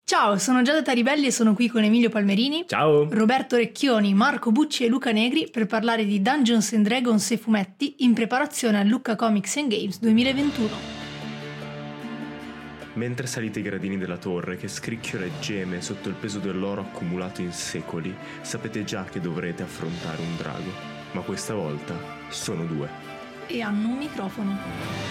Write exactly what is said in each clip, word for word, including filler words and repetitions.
Ciao, sono Giada Taribelli e sono qui con Emilio Palmerini, Ciao, Roberto Recchioni, Marco Bucci e Luca Negri per parlare di Dungeons and Dragons e fumetti in preparazione al Lucca Comics and Games duemilaventuno. mentre salite i gradini della torre che scricchiola e geme sotto il peso dell'oro accumulato in secoli, sapete già che dovrete affrontare un drago, ma questa volta sono due. E hanno un microfono.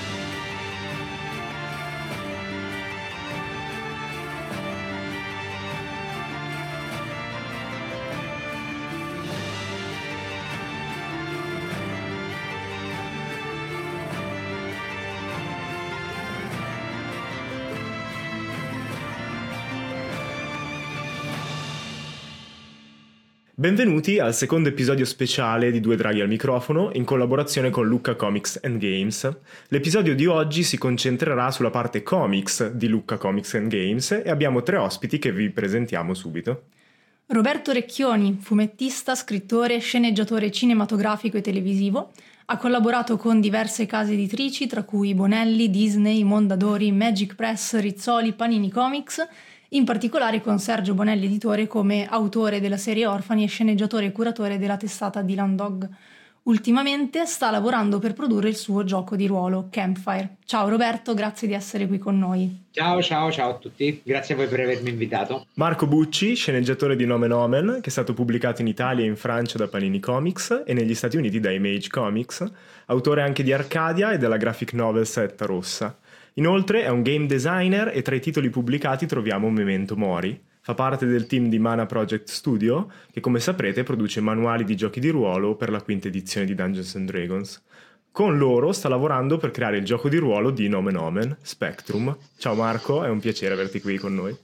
Benvenuti al secondo episodio speciale di Due Draghi al microfono in collaborazione con Lucca Comics and Games. L'episodio di oggi si concentrerà sulla parte comics di Lucca Comics and Games e abbiamo tre ospiti che vi presentiamo subito. Roberto Recchioni, fumettista, scrittore, sceneggiatore cinematografico e televisivo, ha collaborato con diverse case editrici tra cui Bonelli, Disney, Mondadori, Magic Press, Rizzoli, Panini Comics, in particolare con Sergio Bonelli editore come autore della serie Orfani e sceneggiatore e curatore della testata Dylan Dog. Ultimamente sta lavorando per produrre il suo gioco di ruolo Campfire. Ciao Roberto, grazie di essere qui con noi. Ciao ciao ciao a tutti, grazie a voi per avermi invitato. Marco Bucci, sceneggiatore di Nomen Omen, che è stato pubblicato in Italia e in Francia da Panini Comics e negli Stati Uniti da Image Comics, autore anche di Arcadia e della graphic novel Setta Rossa. Inoltre è un game designer e tra i titoli pubblicati troviamo Memento Mori. Fa parte del team di Mana Project Studio, che come saprete produce manuali di giochi di ruolo per la quinta edizione di Dungeons and Dragons. Con loro sta lavorando per creare il gioco di ruolo di Nomen Omen, Spectrum. Ciao Marco, è un piacere averti qui con noi.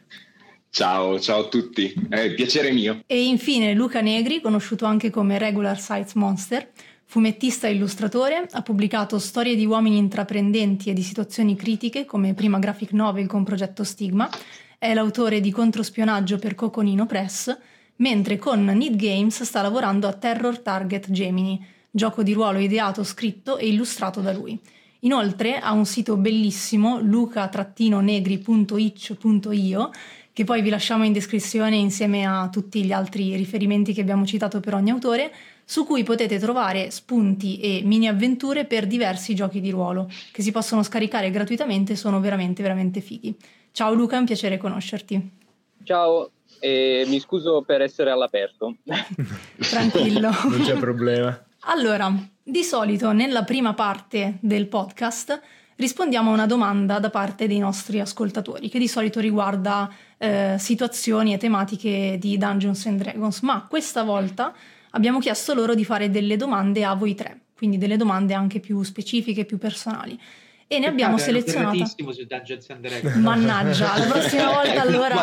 Ciao, ciao a tutti, è piacere mio. E infine Luca Negri, conosciuto anche come Regular Size Monster, fumettista e illustratore, ha pubblicato storie di uomini intraprendenti e di situazioni critiche come prima graphic novel con Progetto Stigma, è l'autore di Controspionaggio per Coconino Press, mentre con Need Games sta lavorando a Terror Target Gemini, gioco di ruolo ideato, scritto e illustrato da lui. Inoltre ha un sito bellissimo, luca negri punto itch punto io, che poi vi lasciamo in descrizione insieme a tutti gli altri riferimenti che abbiamo citato per ogni autore, su cui potete trovare spunti e mini avventure per diversi giochi di ruolo, che si possono scaricare gratuitamente e sono veramente veramente fighi. Ciao Luca, è un piacere conoscerti. Ciao, e mi scuso per essere all'aperto. Tranquillo. Non c'è problema. Allora, di solito nella prima parte del podcast rispondiamo a una domanda da parte dei nostri ascoltatori, che di solito riguarda eh, situazioni e tematiche di Dungeons and Dragons, ma questa volta abbiamo chiesto loro di fare delle domande a voi tre, quindi delle domande anche più specifiche, più personali. E ne abbiamo selezionata. Su Dungeons and Dragons. Mannaggia, la prossima volta allora.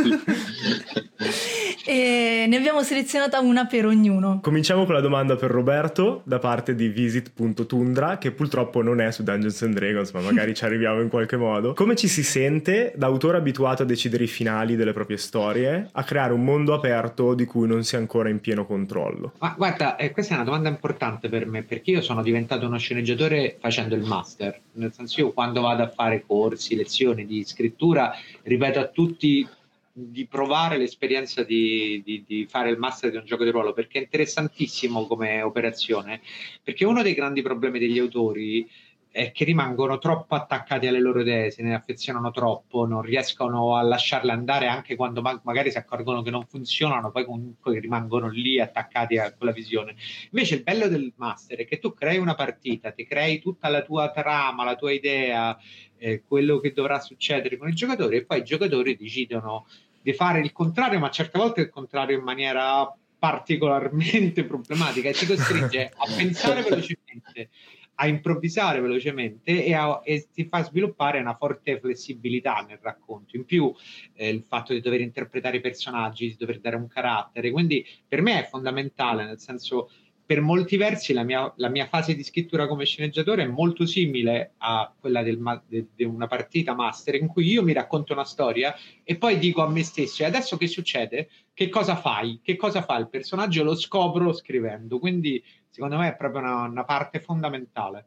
E ne abbiamo selezionata una per ognuno. Cominciamo con la domanda per Roberto da parte di visit punto tundra, che purtroppo non è su Dungeons and Dragons, ma magari ci arriviamo in qualche modo. Come ci si sente da autore abituato a decidere i finali delle proprie storie a creare un mondo aperto di cui non si è ancora in pieno controllo? Ma guarda, eh, questa è una domanda importante per me, perché io sono diventato uno sceneggiatore facendo il master, nel senso io quando vado a fare corsi, lezioni di scrittura, ripeto a tutti di provare l'esperienza di, di, di fare il master di un gioco di ruolo, perché è interessantissimo come operazione, perché uno dei grandi problemi degli autori è che rimangono troppo attaccati alle loro idee, se ne affezionano troppo, non riescono a lasciarle andare anche quando ma- magari si accorgono che non funzionano, poi comunque rimangono lì attaccati a quella visione. Invece il bello del master è che tu crei una partita, ti crei tutta la tua trama, la tua idea, eh, quello che dovrà succedere con i giocatori, e poi i giocatori decidono di fare il contrario, ma certe volte il contrario in maniera particolarmente problematica, e ti costringe a pensare velocemente, a improvvisare velocemente e, a, e ti fa sviluppare una forte flessibilità nel racconto. In più eh, il fatto di dover interpretare i personaggi, di dover dare un carattere, quindi per me è fondamentale, nel senso, per molti versi la mia, la mia fase di scrittura come sceneggiatore è molto simile a quella di de, de una partita master, in cui io mi racconto una storia e poi dico a me stesso: e adesso che succede? Che cosa fai? Che cosa fa il personaggio? Lo scopro scrivendo, quindi secondo me è proprio una, una parte fondamentale.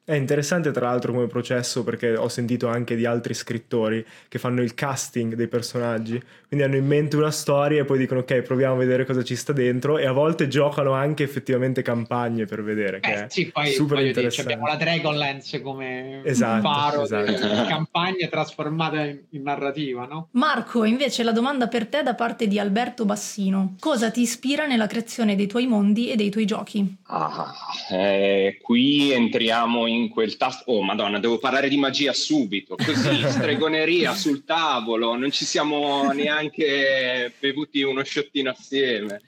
È interessante tra l'altro come processo, perché ho sentito anche di altri scrittori che fanno il casting dei personaggi, quindi hanno in mente una storia e poi dicono ok, proviamo a vedere cosa ci sta dentro, e a volte giocano anche effettivamente campagne per vedere, che Eh, è sì, poi super voglio dire, interessante. abbiamo la Dragonlance come Esatto, faro esatto. di campagne trasformate in, in narrativa, no? Marco, invece la domanda per te da parte di Alberto Bassino: cosa ti ispira nella creazione dei tuoi mondi e dei tuoi giochi? Ah, eh, qui entriamo in quel tasto. Oh, Madonna, devo parlare di magia subito. Così, stregoneria sul tavolo, non ci siamo neanche bevuti uno sciottino assieme.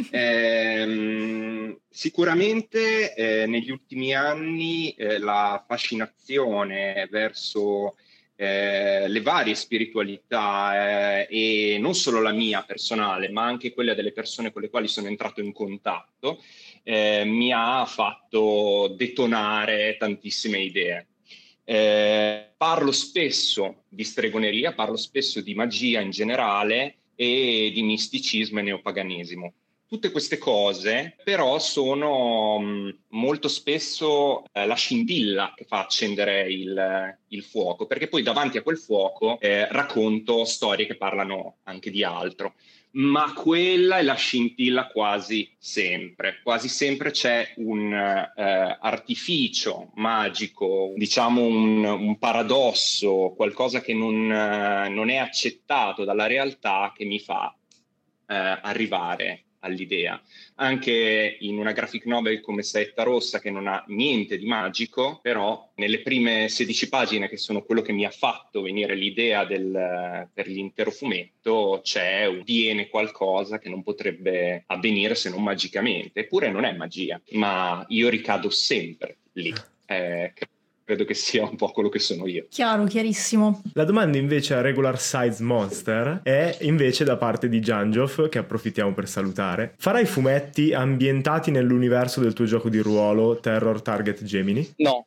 Eh, sicuramente eh, negli ultimi anni eh, la fascinazione verso Eh, le varie spiritualità eh, e non solo la mia personale, ma anche quella delle persone con le quali sono entrato in contatto, eh, mi ha fatto detonare tantissime idee. Eh, parlo spesso di stregoneria, parlo spesso di magia in generale e di misticismo e neopaganesimo. Tutte queste cose però sono mh, molto spesso eh, la scintilla che fa accendere il, il fuoco, perché poi davanti a quel fuoco eh, racconto storie che parlano anche di altro, ma quella è la scintilla quasi sempre. Quasi sempre c'è un eh, artificio magico, diciamo un, un paradosso, qualcosa che non, eh, non è accettato dalla realtà, che mi fa eh, arrivare all'idea. Anche in una graphic novel come Saetta Rossa, che non ha niente di magico, però nelle prime sedici pagine, che sono quello che mi ha fatto venire l'idea del, per l'intero fumetto, c'è, viene qualcosa che non potrebbe avvenire se non magicamente. Eppure non è magia, ma io ricado sempre lì. Eh, credo che sia un po' quello che sono io. Chiaro, chiarissimo. La domanda invece a Regular Size Monster è invece da parte di Janjov, che approfittiamo per salutare. Farai fumetti ambientati nell'universo del tuo gioco di ruolo Terror Target Gemini? No.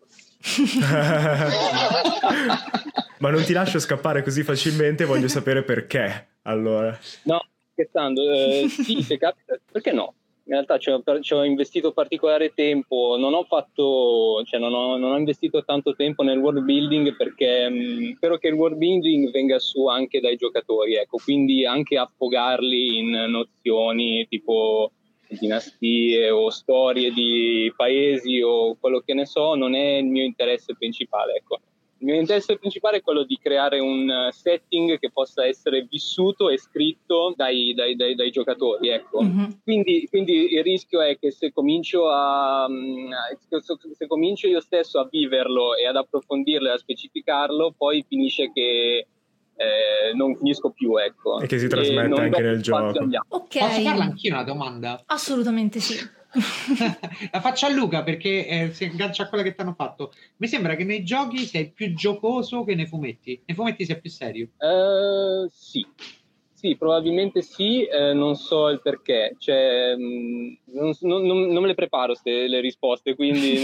Ma non ti lascio scappare così facilmente, voglio sapere perché, allora. No, scherzando, eh, sì, se capita, perché no? In realtà ci ho, ci ho investito particolare tempo, non ho fatto, cioè non ho, non ho investito tanto tempo nel world building, perché mh, spero che il world building venga su anche dai giocatori, ecco, quindi anche affogarli in nozioni tipo dinastie o storie di paesi o quello che ne so, non è il mio interesse principale, ecco. Il mio interesse principale è quello di creare un setting che possa essere vissuto e scritto dai, dai, dai, dai giocatori, ecco. Mm-hmm. Quindi, quindi il rischio è che se comincio a se comincio io stesso a viverlo e ad approfondirlo e a specificarlo, poi finisce che eh, non finisco più, ecco. E che si trasmette anche nel gioco. Okay. Posso farla anch'io una domanda? Assolutamente sì. La faccio a Luca, perché eh, si aggancia a quella che ti hanno fatto. Mi sembra che nei giochi sei più giocoso che nei fumetti. Nei fumetti sei più serio. Uh, sì, sì, probabilmente sì, eh, non so il perché. Cioè, mh, non, non, non me le preparo ste, le risposte, quindi...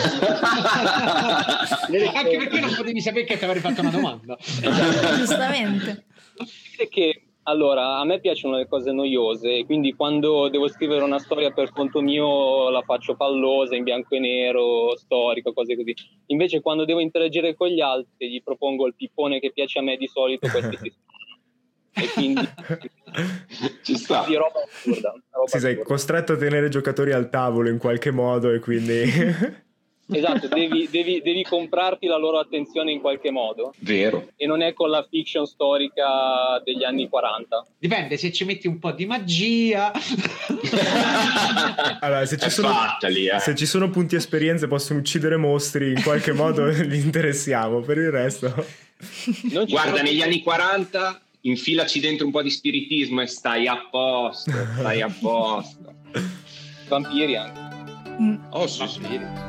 Anche perché non potevi sapere che ti avrei fatto una domanda. Giustamente. Che allora, a me piacciono le cose noiose, quindi quando devo scrivere una storia per conto mio la faccio pallosa, in bianco e nero, storico, cose così. Invece quando devo interagire con gli altri gli propongo il pippone che piace a me di solito, questi si e quindi ci sta. Di roba assurda, roba sì, sei assurda. costretto a tenere i giocatori al tavolo in qualche modo e quindi... Esatto, devi, devi, devi comprarti la loro attenzione in qualche modo. Vero. E non è con la fiction storica degli anni quaranta. Dipende, se ci metti un po' di magia. Allora, se ci, sono, lì, eh. se ci sono punti esperienze, possono uccidere mostri, in qualche modo li interessiamo, per il resto... Guarda, negli anni quaranta infilaci dentro un po' di spiritismo e stai a posto, stai a posto. Vampiri anche. Mm. Oh, sì, sì.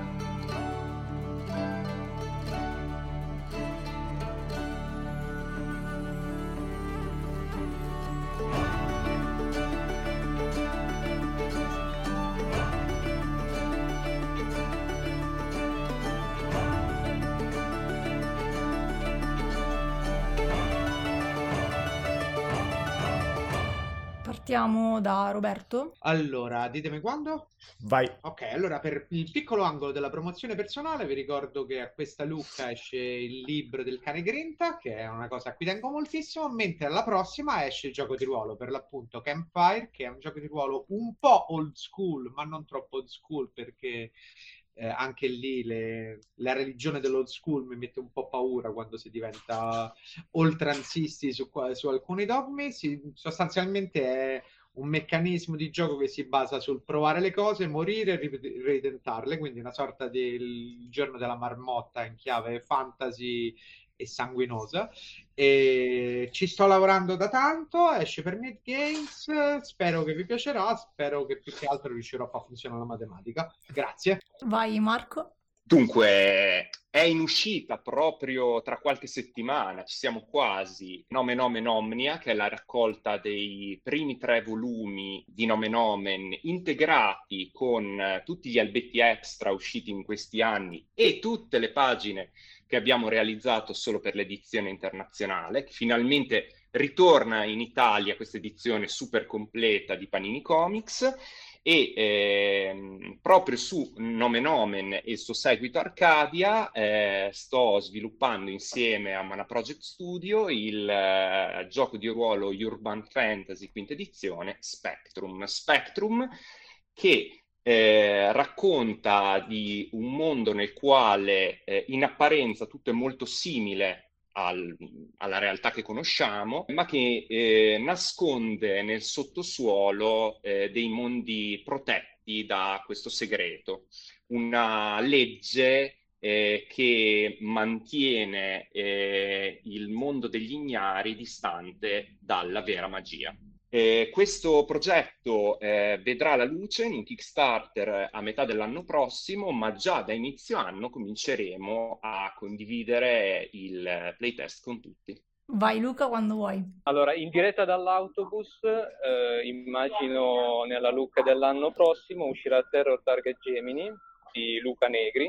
partiamo da Roberto. Allora, ditemi quando? Vai. Ok, allora per il piccolo angolo della promozione personale vi ricordo che a questa Lucca esce il libro del cane Grinta, che è una cosa a cui tengo moltissimo, mentre alla prossima esce il gioco di ruolo, per l'appunto Campfire, che è un gioco di ruolo un po' old school, ma non troppo old school, perché eh, anche lì le, la religione dell'old school mi mette un po' paura quando si diventa oltranzisti su, su alcuni dogmi. Si, sostanzialmente è un meccanismo di gioco che si basa sul provare le cose, morire e ri- ritentarle, quindi una sorta del giorno della marmotta in chiave fantasy e sanguinosa. E ci sto lavorando da tanto, esce per Mid Games, spero che vi piacerà, spero che più che altro riuscirò a far funzionare la matematica. Grazie. Vai Marco. Dunque, è in uscita proprio tra qualche settimana, ci siamo quasi, Nomen Omen Omnia, che è la raccolta dei primi tre volumi di Nomen Omen integrati con eh, tutti gli albetti extra usciti in questi anni e tutte le pagine che abbiamo realizzato solo per l'edizione internazionale, che finalmente ritorna in Italia questa edizione super completa di Panini Comics. E eh, proprio su Nomen Omen e il suo seguito Arcadia eh, sto sviluppando insieme a Mana Project Studio il eh, gioco di ruolo Urban Fantasy quinta edizione Spectrum. Spectrum che eh, racconta di un mondo nel quale eh, in apparenza tutto è molto simile Al, alla realtà che conosciamo, ma che eh, nasconde nel sottosuolo eh, dei mondi protetti da questo segreto, una legge eh, che mantiene eh, il mondo degli ignari distante dalla vera magia. Eh, questo progetto eh, vedrà la luce in un Kickstarter a metà dell'anno prossimo, ma già da inizio anno cominceremo a condividere il playtest con tutti. Vai Luca quando vuoi. Allora, in diretta dall'autobus, eh, immagino nella Lucca dell'anno prossimo uscirà Terror Target Gemini di Luca Negri.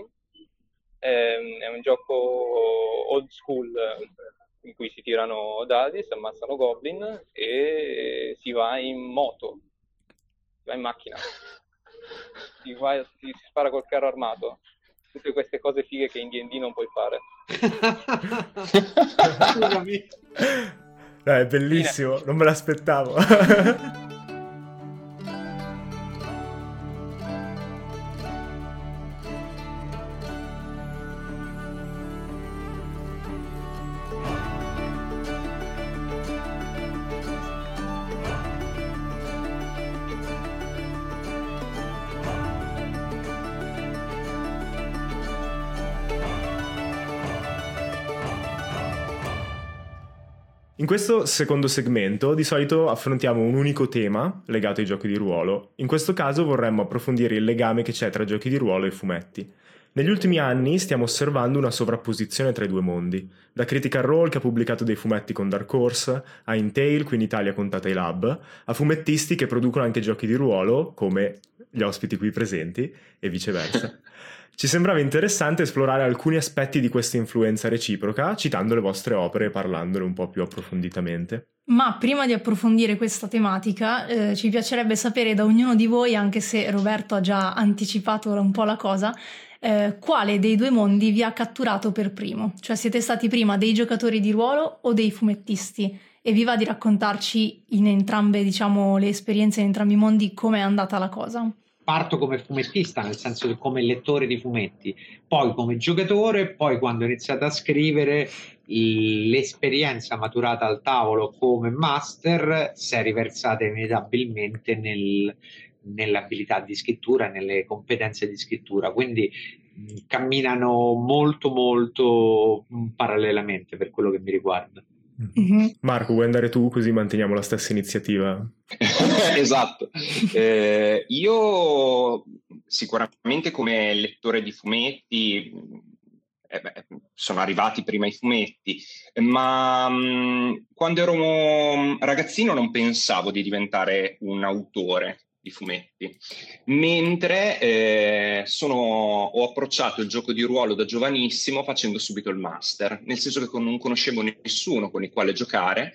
Eh, è un gioco old school in cui si tirano dadi, si ammazzano goblin e si va in moto, si va in macchina, si, va, si spara col carro armato, tutte queste cose fighe che in D and D non puoi fare. Scusami. Dai, è bellissimo, non me l'aspettavo. In questo secondo segmento di solito affrontiamo un unico tema legato ai giochi di ruolo. In questo caso vorremmo approfondire il legame che c'è tra giochi di ruolo e fumetti. Negli ultimi anni stiamo osservando una sovrapposizione tra i due mondi, da Critical Role che ha pubblicato dei fumetti con Dark Horse, a Intail qui in Italia con Tatei Lab, a fumettisti che producono anche giochi di ruolo, come gli ospiti qui presenti, e viceversa. Ci sembrava interessante esplorare alcuni aspetti di questa influenza reciproca, citando le vostre opere e parlandone un po' più approfonditamente. Ma prima di approfondire questa tematica, eh, ci piacerebbe sapere da ognuno di voi, anche se Roberto ha già anticipato un po' la cosa, eh, quale dei due mondi vi ha catturato per primo? Cioè siete stati prima dei giocatori di ruolo o dei fumettisti? E vi va di raccontarci in entrambe, diciamo, le esperienze in entrambi i mondi come è andata la cosa? Parto come fumettista, nel senso che come lettore di fumetti, poi come giocatore, poi quando ho iniziato a scrivere l'esperienza maturata al tavolo come master si è riversata inevitabilmente nel, nell'abilità di scrittura, nelle competenze di scrittura, quindi mh, camminano molto molto mh, parallelamente per quello che mi riguarda. Mm-hmm. Marco, vuoi andare tu così manteniamo la stessa iniziativa? Esatto. Eh, io sicuramente come lettore di fumetti eh beh, sono arrivati prima i fumetti, ma mh, quando ero ragazzino non pensavo di diventare un autore di fumetti, mentre eh, sono, ho approcciato il gioco di ruolo da giovanissimo facendo subito il master, nel senso che non conoscevo nessuno con il quale giocare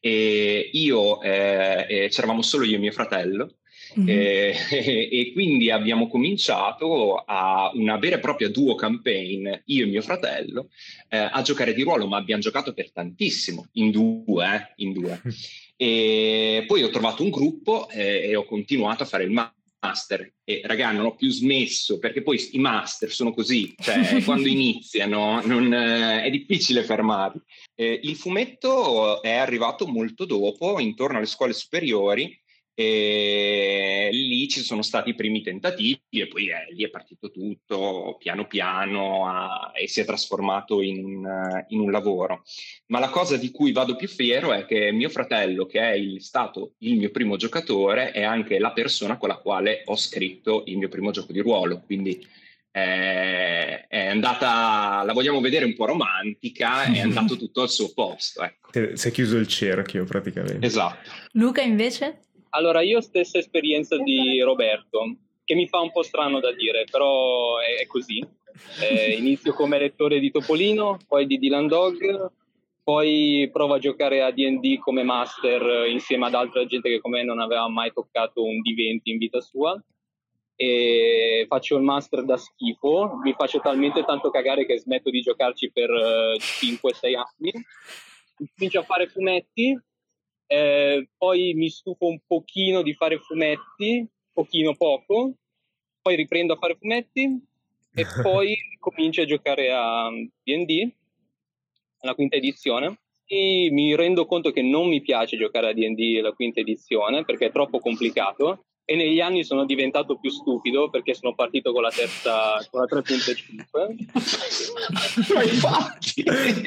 E io, eh, eh, c'eravamo solo io e mio fratello, mm-hmm. eh, e, e quindi abbiamo cominciato a una vera e propria duo campaign, io e mio fratello, eh, a giocare di ruolo, ma abbiamo giocato per tantissimo, in due, eh, in due. E poi ho trovato un gruppo eh, e ho continuato a fare il master, e raga, non ho più smesso, perché poi i master sono così, cioè quando iniziano non, eh, è difficile fermarli. Eh, il fumetto è arrivato molto dopo, intorno alle scuole superiori, e lì ci sono stati i primi tentativi e poi eh, lì è partito tutto piano piano a, e si è trasformato in, uh, in un lavoro. Ma la cosa di cui vado più fiero è che mio fratello, che è il, stato il mio primo giocatore, è anche la persona con la quale ho scritto il mio primo gioco di ruolo, quindi è, è andata, la vogliamo vedere un po' romantica, è andato tutto al suo posto, ecco. Si è chiuso il cerchio praticamente. Esatto. Luca invece? Allora, io stessa esperienza di Roberto, che mi fa un po' strano da dire, però è, è così. Eh, inizio come lettore di Topolino, poi di Dylan Dog, poi provo a giocare a D and D come master insieme ad altra gente che come me non aveva mai toccato un D venti in vita sua, e faccio il master da schifo, mi faccio talmente tanto cagare che smetto di giocarci per uh, cinque sei anni, comincio a fare fumetti. Eh, poi mi stufo un pochino di fare fumetti, pochino poco, poi riprendo a fare fumetti e poi comincio a giocare a D and D, alla quinta edizione, e mi rendo conto che non mi piace giocare a D and D alla quinta edizione perché è troppo complicato, e negli anni sono diventato più stupido perché sono partito con la terza, con la tre punto cinque. Ma infatti!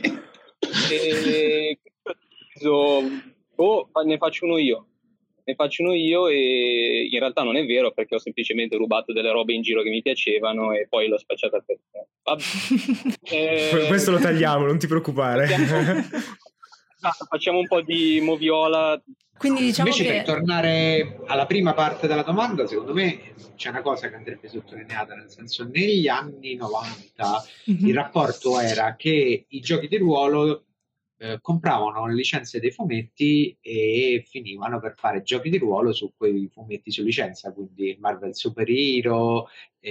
E oh, ne faccio uno io ne faccio uno io e in realtà non è vero, perché ho semplicemente rubato delle robe in giro che mi piacevano e poi l'ho spacciata per te. eh, questo lo tagliamo, non ti preoccupare. Facciamo, facciamo un po' di moviola. Quindi diciamo invece che... per tornare alla prima parte della domanda, secondo me c'è una cosa che andrebbe sottolineata, nel senso, negli anni novanta mm-hmm. il rapporto era che i giochi di ruolo Eh, compravano licenze dei fumetti e finivano per fare giochi di ruolo su quei fumetti su licenza, quindi Marvel Super Hero,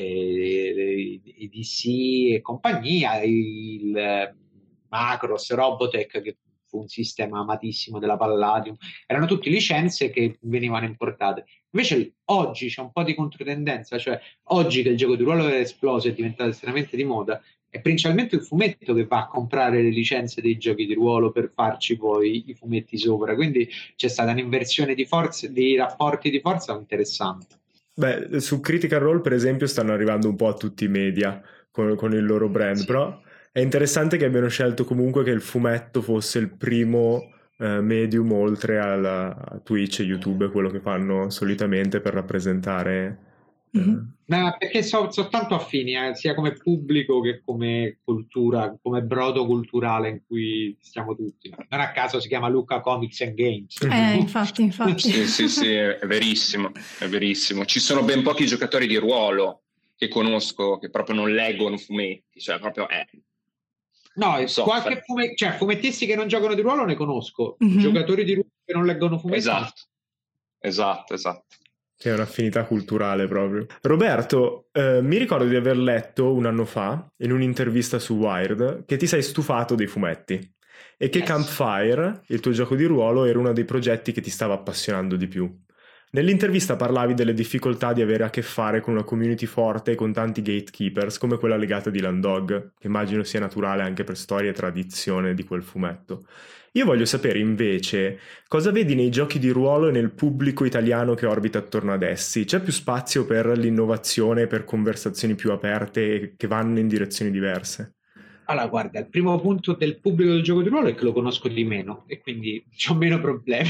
eh, i D C e compagnia, il eh, Macross, Robotech, che fu un sistema amatissimo della Palladium, erano tutte licenze che venivano importate. Invece oggi c'è un po' di controtendenza, cioè oggi che il gioco di ruolo è esploso e è diventato estremamente di moda, è principalmente il fumetto che va a comprare le licenze dei giochi di ruolo per farci poi i fumetti sopra, quindi c'è stata un'inversione di forze, di rapporti di forza interessante. Beh, su Critical Role per esempio stanno arrivando un po' a tutti i media con, con il loro brand, sì. Però è interessante che abbiano scelto comunque che il fumetto fosse il primo eh, medium oltre alla, a Twitch e YouTube, quello che fanno solitamente per rappresentare... Mm-hmm. No, perché sono so tanto affini eh, sia come pubblico che come cultura, come brodo culturale in cui stiamo tutti. Non a caso si chiama Luca Comics and Games. Eh, infatti, infatti. Sì, sì, sì, è verissimo, è verissimo. Ci sono ben pochi giocatori di ruolo che conosco che proprio non leggono fumetti, cioè proprio è. No, so, qualche fume- cioè fumettisti che non giocano di ruolo ne conosco, mm-hmm. Giocatori di ruolo che non leggono fumetti. Esatto, esatto, esatto. C'è un'affinità culturale proprio. Roberto, eh, mi ricordo di aver letto un anno fa, in un'intervista su Wired, che ti sei stufato dei fumetti e che yes. Campfire, il tuo gioco di ruolo, era uno dei progetti che ti stava appassionando di più. Nell'intervista parlavi delle difficoltà di avere a che fare con una community forte e con tanti gatekeepers, come quella legata a Dylan Dog, che immagino sia naturale anche per storia e tradizione di quel fumetto. Io voglio sapere invece cosa vedi nei giochi di ruolo e nel pubblico italiano che orbita attorno ad essi. C'è più spazio per l'innovazione, per conversazioni più aperte che vanno in direzioni diverse? Allora, guarda, il primo punto del pubblico del gioco di ruolo è che lo conosco di meno e quindi ho meno problemi.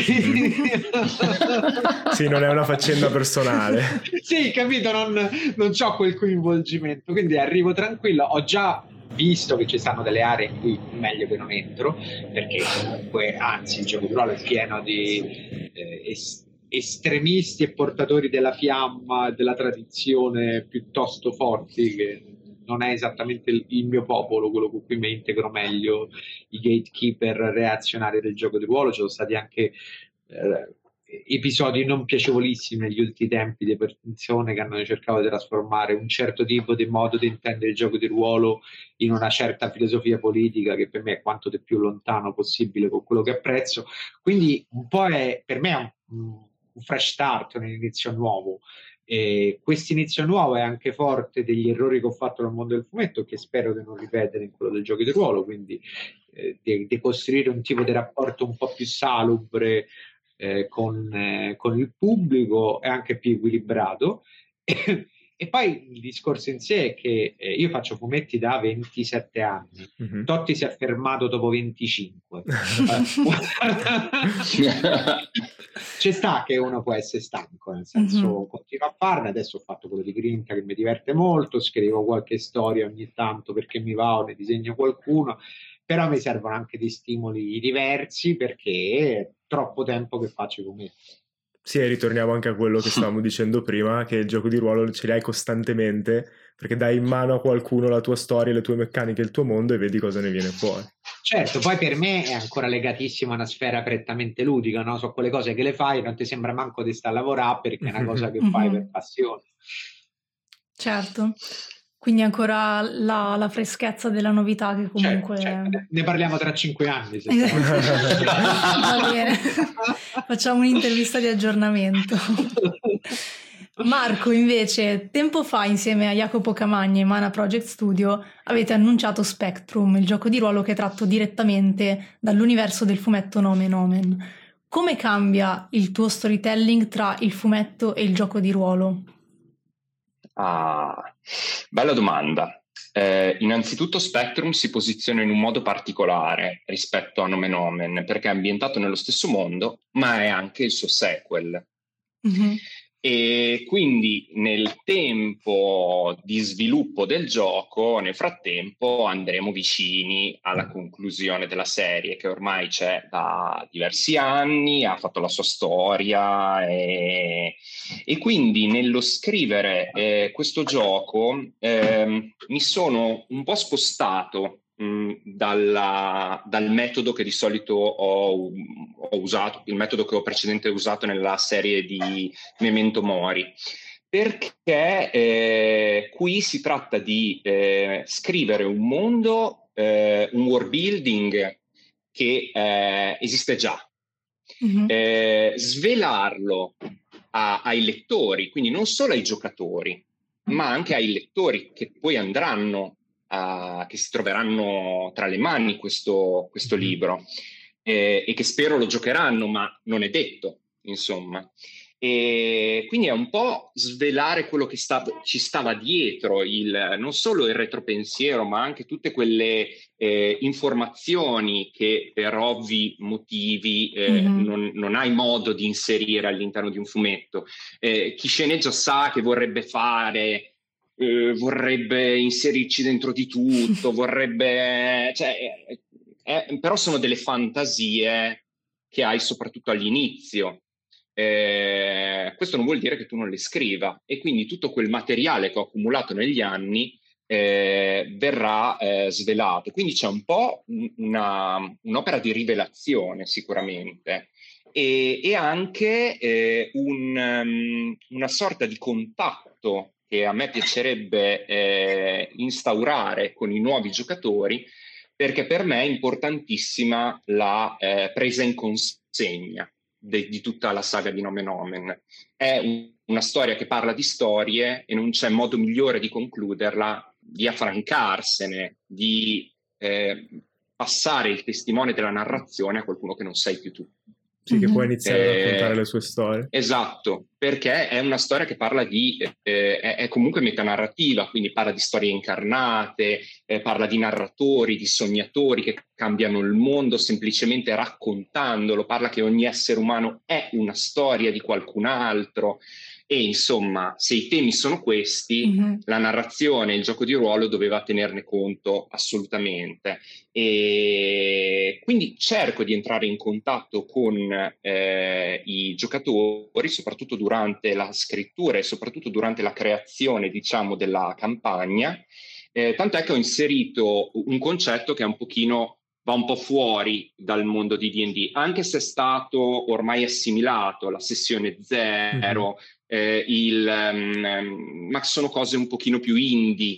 Sì, non è una faccenda personale. Sì, capito, non, non ho quel coinvolgimento, quindi arrivo tranquillo. Ho già visto che ci stanno delle aree in cui meglio che non entro, perché comunque, anzi, il gioco di ruolo è pieno di eh, es- estremisti e portatori della fiamma della tradizione piuttosto forti che non è esattamente il, il mio popolo, quello con cui mi integro meglio, i gatekeeper reazionari del gioco di ruolo. Ci sono stati anche eh, episodi non piacevolissimi negli ultimi tempi di persone che hanno cercato di trasformare un certo tipo di modo di intendere il gioco di ruolo in una certa filosofia politica, che per me è quanto di più lontano possibile con quello che apprezzo. Quindi un po' è, per me è un, un fresh start, un inizio nuovo. E questo inizio nuovo è anche forte degli errori che ho fatto nel mondo del fumetto, che spero di non ripetere in quello del gioco di ruolo, quindi eh, di, di costruire un tipo di rapporto un po' più salubre eh, con, eh, con il pubblico e anche più equilibrato. E poi il discorso in sé è che eh, io faccio fumetti da ventisette anni, mm-hmm. Totti si è fermato dopo venticinque. Ci sta che uno può essere stanco, nel senso, mm-hmm. continuo a farne. Adesso ho fatto quello di Grinta che mi diverte molto, scrivo qualche storia ogni tanto perché mi va, o ne disegno qualcuno, però mi servono anche di stimoli diversi perché è troppo tempo che faccio i fumetti. Sì, e ritorniamo anche a quello che stavamo dicendo prima, che il gioco di ruolo ce li hai costantemente, perché dai in mano a qualcuno la tua storia, le tue meccaniche, il tuo mondo, e vedi cosa ne viene fuori. Certo, poi per me è ancora legatissimo a una sfera prettamente ludica, no? So quelle cose che le fai, non ti sembra manco di stare a lavorare perché è una cosa che fai per passione. Certo. Quindi ancora la, la freschezza della novità che comunque... Certo, certo. Ne parliamo tra cinque anni. Se Va bene, facciamo un'intervista di aggiornamento. Marco, invece, tempo fa insieme a Jacopo Camagni e Mana Project Studio avete annunciato Spectrum, il gioco di ruolo che è tratto direttamente dall'universo del fumetto Nomen Omen. Come cambia il tuo storytelling tra il fumetto e il gioco di ruolo? Ah, bella domanda. Eh, innanzitutto Spectrum si posiziona in un modo particolare rispetto a Nomen Omen, perché è ambientato nello stesso mondo, ma è anche il suo sequel. Mm-hmm. E quindi nel tempo di sviluppo del gioco, nel frattempo andremo vicini alla conclusione della serie, che ormai c'è da diversi anni, ha fatto la sua storia, e, e quindi nello scrivere eh, questo gioco eh, mi sono un po' spostato Dalla, dal metodo che di solito ho, ho usato, il metodo che ho precedentemente usato nella serie di Memento Mori, perché eh, qui si tratta di eh, scrivere un mondo, eh, un world building che eh, esiste già, mm-hmm. eh, svelarlo a, ai lettori, quindi non solo ai giocatori, ma anche ai lettori che poi andranno Uh, che si troveranno tra le mani questo, questo libro eh, e che spero lo giocheranno, ma non è detto, insomma. E quindi è un po' svelare quello che sta, ci stava dietro, il, non solo il retropensiero, ma anche tutte quelle eh, informazioni che per ovvi motivi eh, mm-hmm. non, non hai modo di inserire all'interno di un fumetto. Eh, chi sceneggia sa che vorrebbe fare... Eh, vorrebbe inserirci dentro di tutto, vorrebbe, cioè, eh, eh, però sono delle fantasie che hai soprattutto all'inizio. Eh, questo non vuol dire che tu non le scriva, e quindi tutto quel materiale che ho accumulato negli anni eh, verrà eh, svelato. Quindi c'è un po' una, un'opera di rivelazione sicuramente. E, e anche eh, un, um, una sorta di contatto che a me piacerebbe eh, instaurare con i nuovi giocatori, perché per me è importantissima la eh, presa in consegna de- di tutta la saga di Nomen Omen. È un, una storia che parla di storie e non c'è modo migliore di concluderla, di affrancarsene, di eh, passare il testimone della narrazione a qualcuno che non sei più tu. Sì, che può iniziare eh, a raccontare le sue storie. Esatto, perché è una storia che parla di, eh, è, è comunque metanarrativa, quindi parla di storie incarnate, eh, parla di narratori, di sognatori che cambiano il mondo semplicemente raccontandolo, parla che ogni essere umano è una storia di qualcun altro. E insomma, se i temi sono questi, mm-hmm. la narrazione, il gioco di ruolo doveva tenerne conto assolutamente. E quindi cerco di entrare in contatto con eh, i giocatori, soprattutto durante la scrittura e soprattutto durante la creazione, diciamo, della campagna, Eh, tant'è che ho inserito un concetto che è un pochino, va un po' fuori dal mondo di D and D, anche se è stato ormai assimilato, la sessione zero, mm-hmm. eh, il, um, ma sono cose un pochino più indie,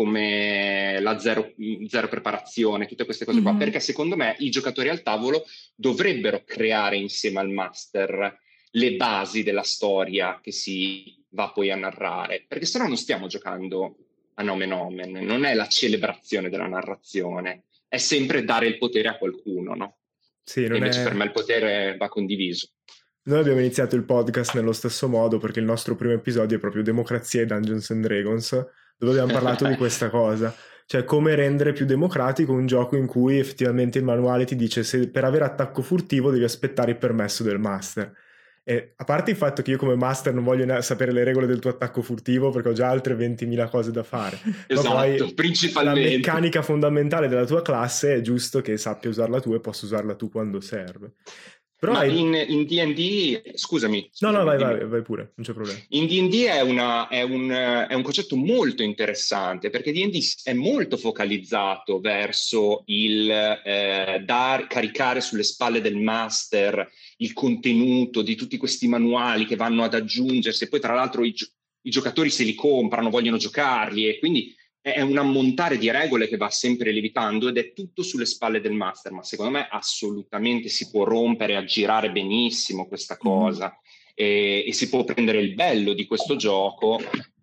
come la zero, zero preparazione, tutte queste cose qua, mm-hmm. perché secondo me i giocatori al tavolo dovrebbero creare insieme al master le basi della storia che si va poi a narrare, perché sennò non stiamo giocando a nomen omen, non è la celebrazione della narrazione, è sempre dare il potere a qualcuno, no? Sì, non e invece è... per me il potere va condiviso. Noi abbiamo iniziato il podcast nello stesso modo, perché il nostro primo episodio è proprio Democrazia e Dungeons and Dragons, dove abbiamo parlato di questa cosa, cioè come rendere più democratico un gioco in cui effettivamente il manuale ti dice se per avere attacco furtivo devi aspettare il permesso del master. E a parte il fatto che io come master non voglio sapere le regole del tuo attacco furtivo perché ho già altre ventimila cose da fare. Esatto, ma poi principalmente. La meccanica fondamentale della tua classe è giusto che sappia usarla tu e possa usarla tu quando serve. Però ma hai... in, in D and D, scusami. No, scusami, no, vai, vai, vai pure, non c'è problema. In D and D è, una, è, un, è un concetto molto interessante, perché D and D è molto focalizzato verso il eh, dar, caricare sulle spalle del master il contenuto di tutti questi manuali che vanno ad aggiungersi, e poi tra l'altro i, i giocatori se li comprano, vogliono giocarli, e quindi è un ammontare di regole che va sempre lievitando ed è tutto sulle spalle del master, ma secondo me assolutamente si può rompere e aggirare benissimo questa cosa, mm. e, e si può prendere il bello di questo gioco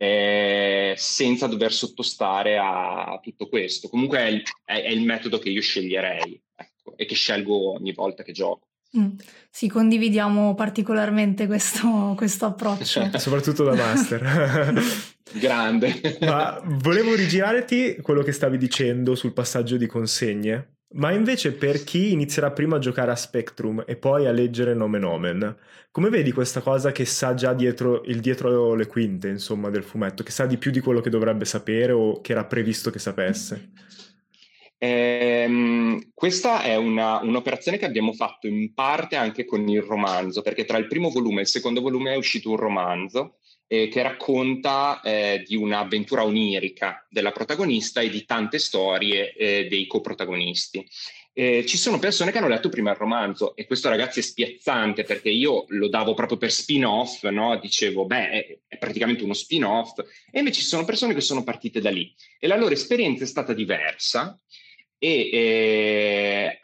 eh, senza dover sottostare a tutto questo. Comunque è il, è, è il metodo che io sceglierei, ecco, e che scelgo ogni volta che gioco. Mm. Sì, condividiamo particolarmente questo, questo approccio. Soprattutto da master. Grande. Ma volevo rigirarti quello che stavi dicendo sul passaggio di consegne, ma invece per chi inizierà prima a giocare a Spectrum e poi a leggere Nomen Omen, come vedi questa cosa che sa già dietro il dietro le quinte, insomma, del fumetto, che sa di più di quello che dovrebbe sapere o che era previsto che sapesse? Eh, questa è una, un'operazione che abbiamo fatto in parte anche con il romanzo, perché tra il primo volume e il secondo volume è uscito un romanzo eh, che racconta eh, di un'avventura onirica della protagonista e di tante storie eh, dei coprotagonisti. Eh, ci sono persone che hanno letto prima il romanzo, e questo, ragazzi, è spiazzante, perché io lo davo proprio per spin-off, no? Dicevo, beh, è, è praticamente uno spin-off, e invece ci sono persone che sono partite da lì e la loro esperienza è stata diversa, e eh,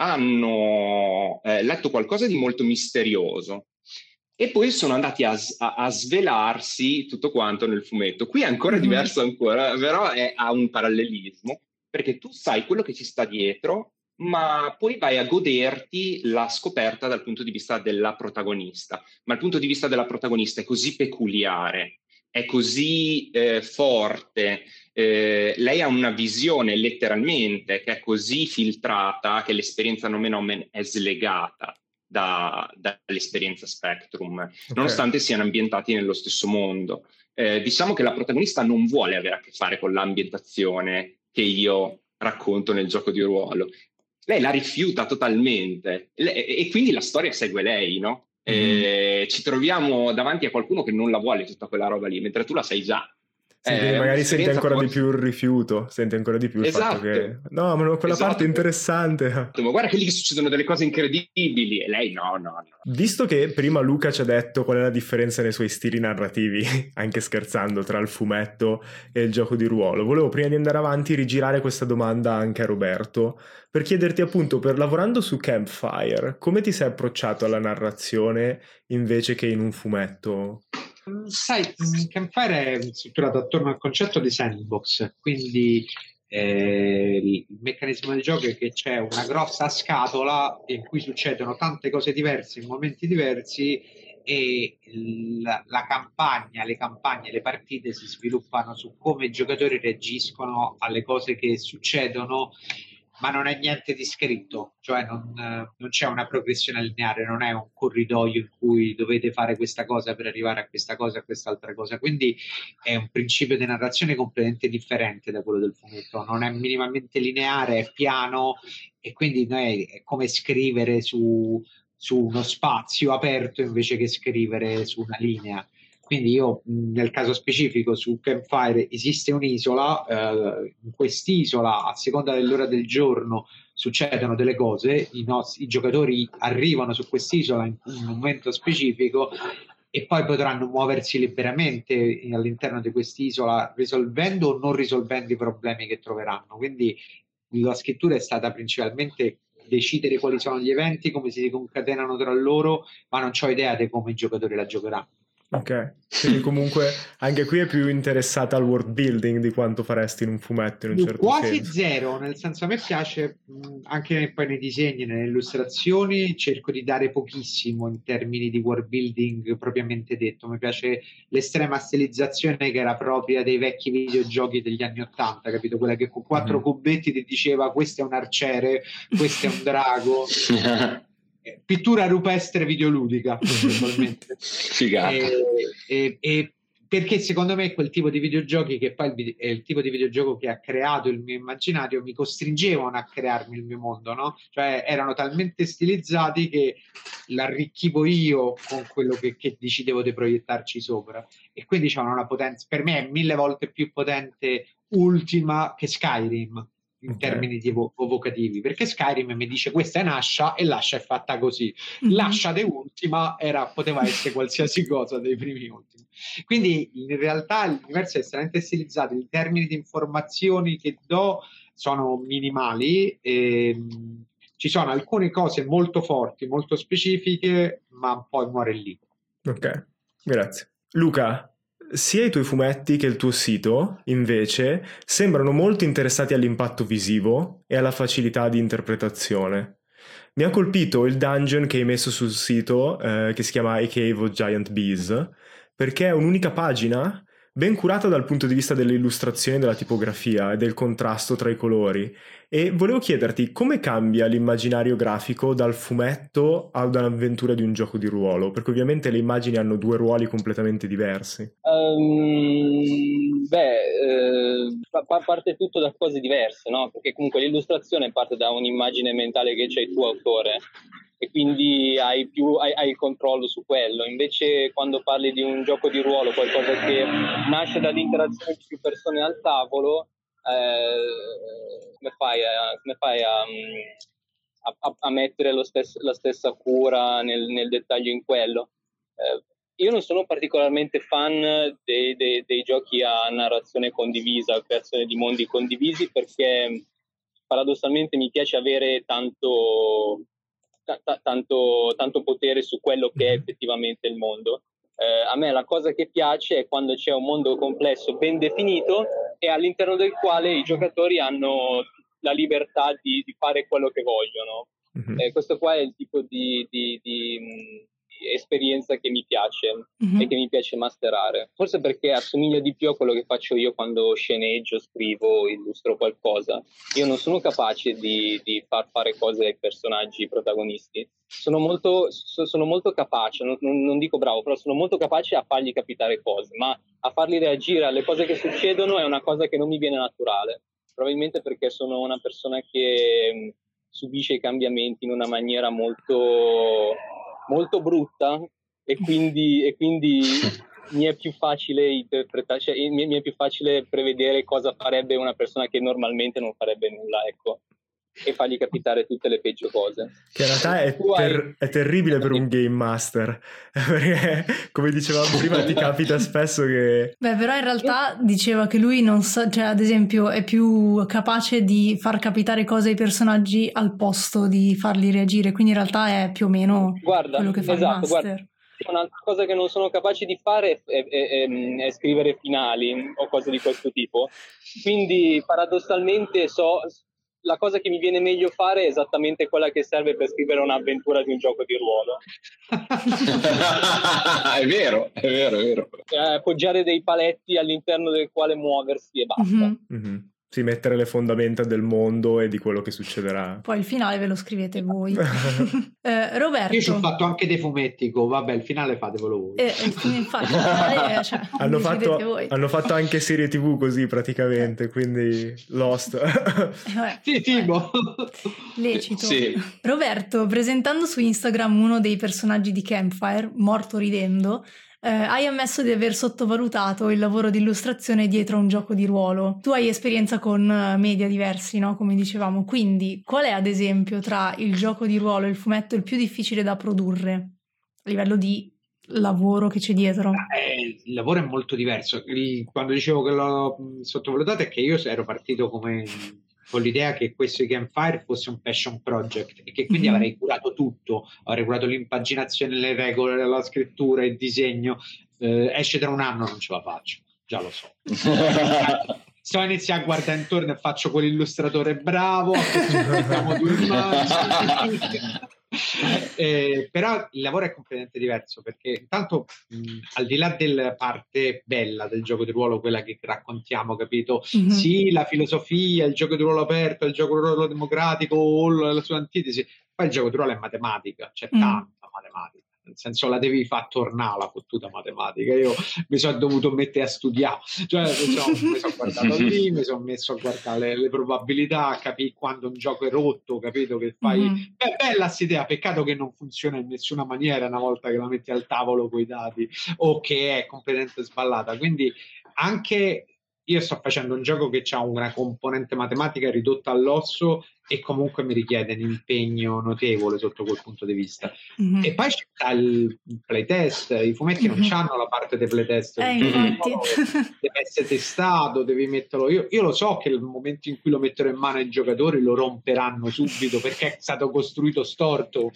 hanno eh, letto qualcosa di molto misterioso e poi sono andati a, a, a svelarsi tutto quanto nel fumetto. Qui è ancora mm-hmm. diverso ancora, però è, ha un parallelismo, perché tu sai quello che ci sta dietro, ma poi vai a goderti la scoperta dal punto di vista della protagonista. Ma il punto di vista della protagonista è così peculiare, è così eh, forte, eh, lei ha una visione letteralmente che è così filtrata che l'esperienza Nomen Omen è slegata da, dall'esperienza Spectrum, okay. nonostante siano ambientati nello stesso mondo. Eh, diciamo che la protagonista non vuole avere a che fare con l'ambientazione che io racconto nel gioco di ruolo. Lei la rifiuta totalmente e, e quindi la storia segue lei, no? Mm. E ci troviamo davanti a qualcuno che non la vuole tutta quella roba lì, mentre tu la sai già. Sì, eh, magari senti ancora forse... di più il rifiuto, senti ancora di più il esatto. fatto che no, ma quella esatto. parte è interessante. Ma guarda che lì succedono delle cose incredibili e lei no, no, no. Visto che prima Luca ci ha detto qual è la differenza nei suoi stili narrativi, anche scherzando, tra il fumetto e il gioco di ruolo, volevo prima di andare avanti rigirare questa domanda anche a Roberto, per chiederti appunto, per lavorando su Campfire, come ti sei approcciato alla narrazione invece che in un fumetto? Sai, Campfire è strutturato attorno al concetto di sandbox, quindi eh, il meccanismo del gioco è che c'è una grossa scatola in cui succedono tante cose diverse in momenti diversi e la, la campagna, le campagne, le partite si sviluppano su come i giocatori reagiscono alle cose che succedono, ma non è niente di scritto, cioè non, non c'è una progressione lineare, non è un corridoio in cui dovete fare questa cosa per arrivare a questa cosa, a quest'altra cosa, quindi è un principio di narrazione completamente differente da quello del fumetto, non è minimamente lineare, è piano, e quindi noi è come scrivere su, su uno spazio aperto invece che scrivere su una linea. Quindi io nel caso specifico su Campfire esiste un'isola, eh, in quest'isola a seconda dell'ora del giorno succedono delle cose, i, nostri, i giocatori arrivano su quest'isola in un momento specifico e poi potranno muoversi liberamente all'interno di quest'isola risolvendo o non risolvendo i problemi che troveranno. Quindi la scrittura è stata principalmente decidere quali sono gli eventi, come si concatenano tra loro, ma non ho idea di come i giocatori la giocheranno. Ok, quindi comunque anche qui è più interessata al world building di quanto faresti in un fumetto in un certo Quasi senso. zero, nel senso a me piace mh, anche poi nei disegni, nelle illustrazioni cerco di dare pochissimo in termini di world building propriamente detto. Mi piace l'estrema stilizzazione che era propria dei vecchi videogiochi degli anni ottanta, capito? Quella che con quattro mm-hmm. cubetti ti diceva questo è un arciere, questo è un drago. Pittura rupestre videoludica principalmente. e, e, e perché secondo me quel tipo di videogiochi che poi il, è il tipo di videogioco che ha creato il mio immaginario mi costringevano a crearmi il mio mondo, no? Cioè erano talmente stilizzati che l'arricchivo io con quello che, che decidevo di proiettarci sopra, e quindi c'erano una potenza, per me è mille volte più potente Ultima che Skyrim in okay. termini di evo- evocativi, perché Skyrim mi dice questa è un'ascia e l'ascia è fatta così, mm-hmm. l'ascia de Ultima era, poteva essere qualsiasi cosa dei primi Ultima. Quindi in realtà l'universo è estremamente stilizzato, i termini di informazioni che do sono minimali e ci sono alcune cose molto forti, molto specifiche, ma poi muore lì. Ok, grazie. Luca, sia i tuoi fumetti che il tuo sito, invece, sembrano molto interessati all'impatto visivo e alla facilità di interpretazione. Mi ha colpito il dungeon che hai messo sul sito, eh, che si chiama A Cave of Giant Bees, perché è un'unica pagina, ben curata dal punto di vista delle illustrazioni, della tipografia e del contrasto tra i colori. E volevo chiederti come cambia l'immaginario grafico dal fumetto ad un'avventura di un gioco di ruolo, perché ovviamente le immagini hanno due ruoli completamente diversi. Um, beh, eh, parte tutto da cose diverse, no? Perché comunque l'illustrazione parte da un'immagine mentale che c'è il tuo autore e quindi hai più hai, hai il controllo su quello. Invece quando parli di un gioco di ruolo, qualcosa che nasce dall'interazione di più persone al tavolo, eh, come fai a, come fai a, a, a mettere lo stesso, la stessa cura nel, nel dettaglio in quello? Eh, io non sono particolarmente fan dei, dei, dei giochi a narrazione condivisa, creazione di mondi condivisi, perché paradossalmente mi piace avere tanto T- tanto, tanto potere su quello che è effettivamente il mondo. Eh, a me la cosa che piace è quando c'è un mondo complesso ben definito e all'interno del quale i giocatori hanno la libertà di, di fare quello che vogliono. Mm-hmm. Eh, questo qua è il tipo di, di, di, di esperienza che mi piace mm-hmm. e che mi piace masterare. Forse perché assomiglia di più a quello che faccio io quando sceneggio, scrivo, illustro qualcosa. Io non sono capace di, di far fare cose ai personaggi protagonisti. Sono molto, sono molto capace, non, non dico bravo, però sono molto capace a fargli capitare cose, ma a farli reagire alle cose che succedono è una cosa che non mi viene naturale. Probabilmente perché sono una persona che subisce i cambiamenti in una maniera molto... molto brutta e quindi, e quindi mi è più facile interpretare, cioè mi, mi è più facile prevedere cosa farebbe una persona che normalmente non farebbe nulla, ecco, e fargli capitare tutte le peggio cose. Che in realtà è, ter- è terribile per un game master, perché come dicevamo prima ti capita spesso che... Beh, però in realtà diceva che lui non sa, cioè ad esempio è più capace di far capitare cose ai personaggi al posto di farli reagire, quindi in realtà è più o meno guarda, quello che fa esatto, il master. Guarda. Un'altra cosa che non sono capace di fare è, è, è, è scrivere finali o cose di questo tipo, quindi paradossalmente so... la cosa che mi viene meglio fare è esattamente quella che serve per scrivere un'avventura di un gioco di ruolo. È vero, è vero, è vero. Eh, appoggiare dei paletti all'interno del quale muoversi e basta. Mm-hmm. Mm-hmm. Sì, mettere le fondamenta del mondo e di quello che succederà. Poi il finale ve lo scrivete voi. eh, Roberto. Io ci ho fatto anche dei fumetti, go, vabbè, il finale fatevelo voi. Eh, infatti, il finale, cioè, hanno, fatto, hanno fatto anche serie tivù così praticamente, quindi Lost. eh, sì, tipo. Lecito. Sì. Roberto, presentando su Instagram uno dei personaggi di Campfire, morto ridendo, Eh, hai ammesso di aver sottovalutato il lavoro di illustrazione dietro a un gioco di ruolo. Tu hai esperienza con media diversi, no? Come dicevamo. Quindi, qual è ad esempio tra il gioco di ruolo e il fumetto il più difficile da produrre a livello di lavoro che c'è dietro? Eh, il lavoro è molto diverso. Il- quando dicevo che l'ho mh, sottovalutato è che io ero partito come con l'idea che questo di Campfire fosse un passion project e che quindi Mhm. avrei curato tutto, avrei curato l'impaginazione, le regole, la scrittura, il disegno. Eh, esce tra un anno, non ce la faccio, già lo so. Sto iniziando a guardare intorno e faccio quell'illustratore bravo, a questo punto abbiamo due immagini. Eh, però il lavoro è completamente diverso perché intanto mh, al di là della parte bella del gioco di ruolo, quella che raccontiamo, capito? Mhm. Sì, la filosofia, il gioco di ruolo aperto, il gioco di ruolo democratico o la sua antitesi, poi il gioco di ruolo è matematica, c'è Mm. tanta matematica, nel senso la devi far tornare la fottuta matematica. Io mi sono dovuto mettere a studiare, cioè mi sono, mi sono guardato lì, mi sono messo a guardare le, le probabilità, a capire quando un gioco è rotto, capito che fai. Mhm. Beh, bella questa idea, peccato che non funziona in nessuna maniera una volta che la metti al tavolo coi dati o che è completamente sballata. Quindi anche io sto facendo un gioco che ha una componente matematica ridotta all'osso e comunque mi richiede un impegno notevole sotto quel punto di vista. Mhm. E poi c'è il playtest, i fumetti non Mhm. hanno la parte dei playtest, Eh, il gioco di infatti. ruolo deve essere testato, devi metterlo. Io, io lo so che nel momento in cui lo metterò in mano ai giocatori lo romperanno subito perché è stato costruito storto.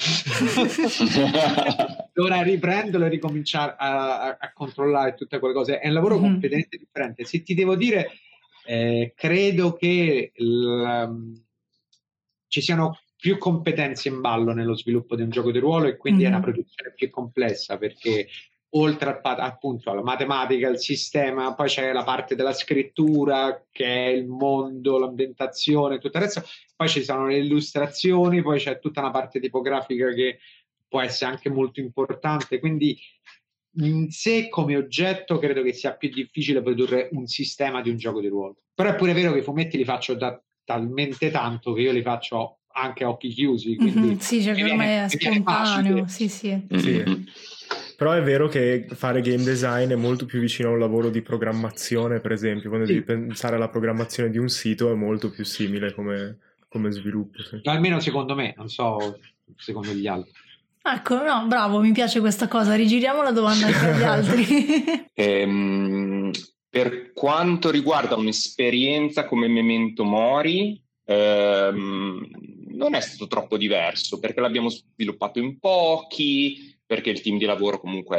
Dovrà riprenderlo e ricominciare a, a, a controllare tutte quelle cose. È un lavoro Mhm. completamente differente. Se ti devo dire, eh, credo che il, ci siano più competenze in ballo nello sviluppo di un gioco di ruolo e quindi è una Mhm. produzione più complessa perché oltre al, pa- appunto alla matematica, al sistema, poi c'è la parte della scrittura che è il mondo, l'ambientazione, tutto il resto, poi ci sono le illustrazioni, poi c'è tutta una parte tipografica che può essere anche molto importante, quindi in sé come oggetto credo che sia più difficile produrre un sistema di un gioco di ruolo. Però è pure vero che i fumetti li faccio da talmente tanto che io li faccio anche a occhi chiusi, quindi Mhm. Sì, cioè mi che viene, ormai è mi viene spontaneo. facile. Sì, sì. Sì. Mm. Però è vero che fare game design è molto più vicino a un lavoro di programmazione, per esempio, quando Sì. devi pensare alla programmazione di un sito è molto più simile come, come sviluppo. Sì. Almeno secondo me, non so secondo gli altri. Ecco, no, bravo, mi piace questa cosa. Rigiriamo la domanda anche agli altri. Ehm, per quanto riguarda un'esperienza come Memento Mori, ehm, non è stato troppo diverso perché l'abbiamo sviluppato in pochi, perché il team di lavoro comunque è